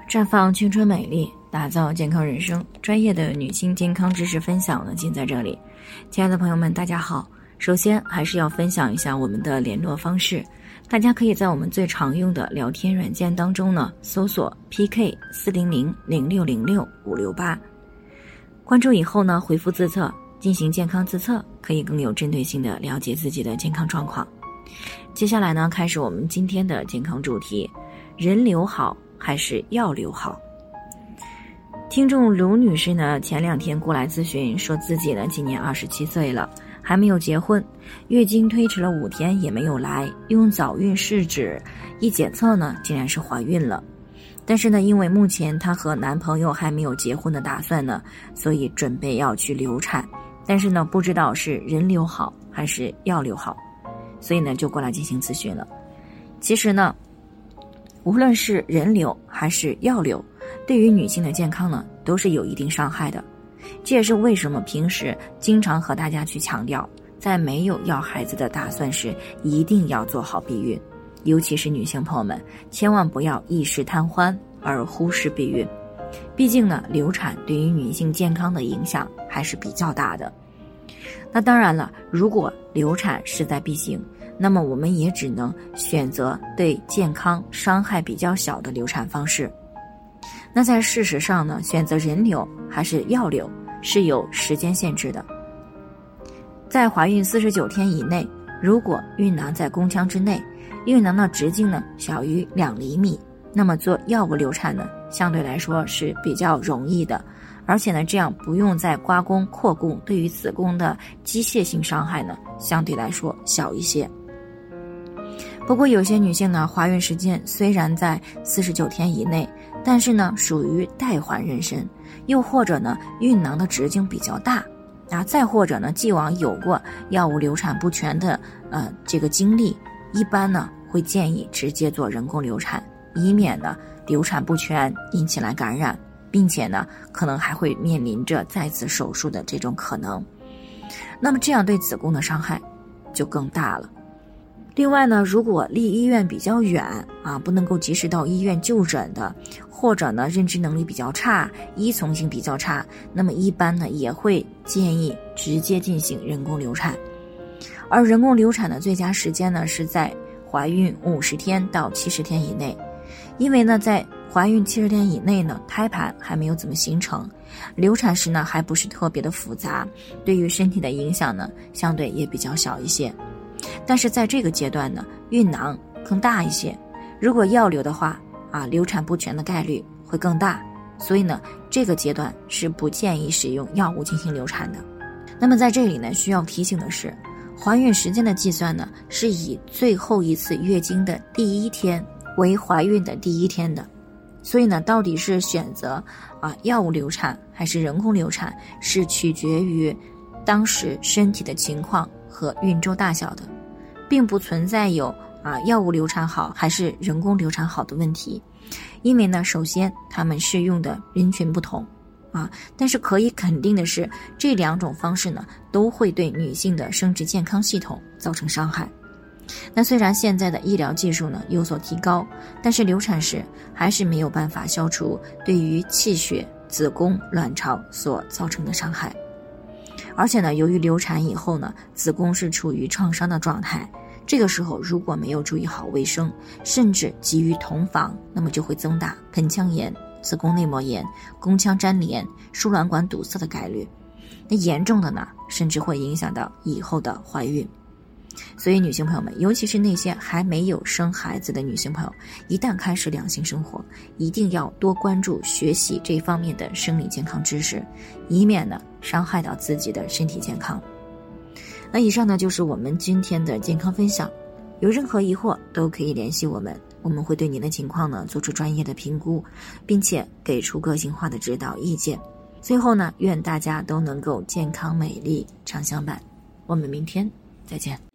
绽放青春美丽，打造健康人生，专业的女性健康知识分享呢，尽在这里。亲爱的朋友们，大家好。首先还是要分享一下我们的联络方式，大家可以在我们最常用的聊天软件当中呢，搜索 PK400060658，关注以后呢，回复自测，进行健康自测，可以更有针对性的了解自己的健康状况。接下来呢，开始我们今天的健康主题：人流好还是药流好？听众卢女士呢，前2天过来咨询，说自己呢今年27岁了，还没有结婚，月经推迟了5天也没有来，用早孕试纸一检测呢，竟然是怀孕了。但是呢，因为目前她和男朋友还没有结婚的打算呢，所以准备要去流产，但是呢，不知道是人流好还是药流好，所以呢，就过来进行咨询了。其实呢，无论是人流还是药流，对于女性的健康呢，都是有一定伤害的。这也是为什么平时经常和大家去强调，在没有要孩子的打算时，一定要做好避孕。尤其是女性朋友们，千万不要一时贪欢而忽视避孕。毕竟呢，流产对于女性健康的影响还是比较大的。那当然了，如果流产势在必行，那么我们也只能选择对健康伤害比较小的流产方式。那在事实上呢，选择人流还是药流是有时间限制的。在怀孕49天以内，如果孕囊在宫腔之内，孕囊的直径呢小于2厘米，那么做药物流产呢，相对来说是比较容易的，而且呢，这样不用再刮宫扩宫，对于子宫的机械性伤害呢，相对来说小一些。不过有些女性呢，怀孕时间虽然在49天以内，但是呢，属于带环妊娠，又或者呢，孕囊的直径比较大，再或者呢，既往有过药物流产不全的这个经历，一般呢会建议直接做人工流产，以免呢流产不全引起来感染，并且呢可能还会面临着再次手术的这种可能。那么这样对子宫的伤害就更大了。另外呢，如果离医院比较远不能够及时到医院就诊的，或者呢认知能力比较差，依从性比较差，那么一般呢也会建议直接进行人工流产。而人工流产的最佳时间呢，是在怀孕50天到70天以内。因为呢，在怀孕70天以内呢，胎盘还没有怎么形成，流产时呢还不是特别的复杂，对于身体的影响呢，相对也比较小一些。但是在这个阶段呢，孕囊更大一些，如果药流的话流产不全的概率会更大，所以呢，这个阶段是不建议使用药物进行流产的。那么在这里呢，需要提醒的是，怀孕时间的计算呢，是以最后一次月经的第1天为怀孕的第1天的。所以呢，到底是选择药物流产还是人工流产，是取决于当时身体的情况和孕周大小的，并不存在有药物流产好还是人工流产好的问题。因为呢，首先他们适用的人群不同但是可以肯定的是，这2种方式呢，都会对女性的生殖健康系统造成伤害。那虽然现在的医疗技术呢有所提高，但是流产时还是没有办法消除对于气血、子宫、卵巢所造成的伤害。而且呢，由于流产以后呢，子宫是处于创伤的状态，这个时候如果没有注意好卫生，甚至急于同房，那么就会增大盆腔炎、子宫内膜炎、宫腔粘连、输卵管堵塞的概率。那严重的呢，甚至会影响到以后的怀孕。所以女性朋友们，尤其是那些还没有生孩子的女性朋友，一旦开始两性生活，一定要多关注学习这方面的生理健康知识，以免呢伤害到自己的身体健康。那以上呢就是我们今天的健康分享，有任何疑惑都可以联系我们，我们会对您的情况呢做出专业的评估，并且给出个性化的指导意见。最后呢，愿大家都能够健康美丽常相伴。我们明天再见。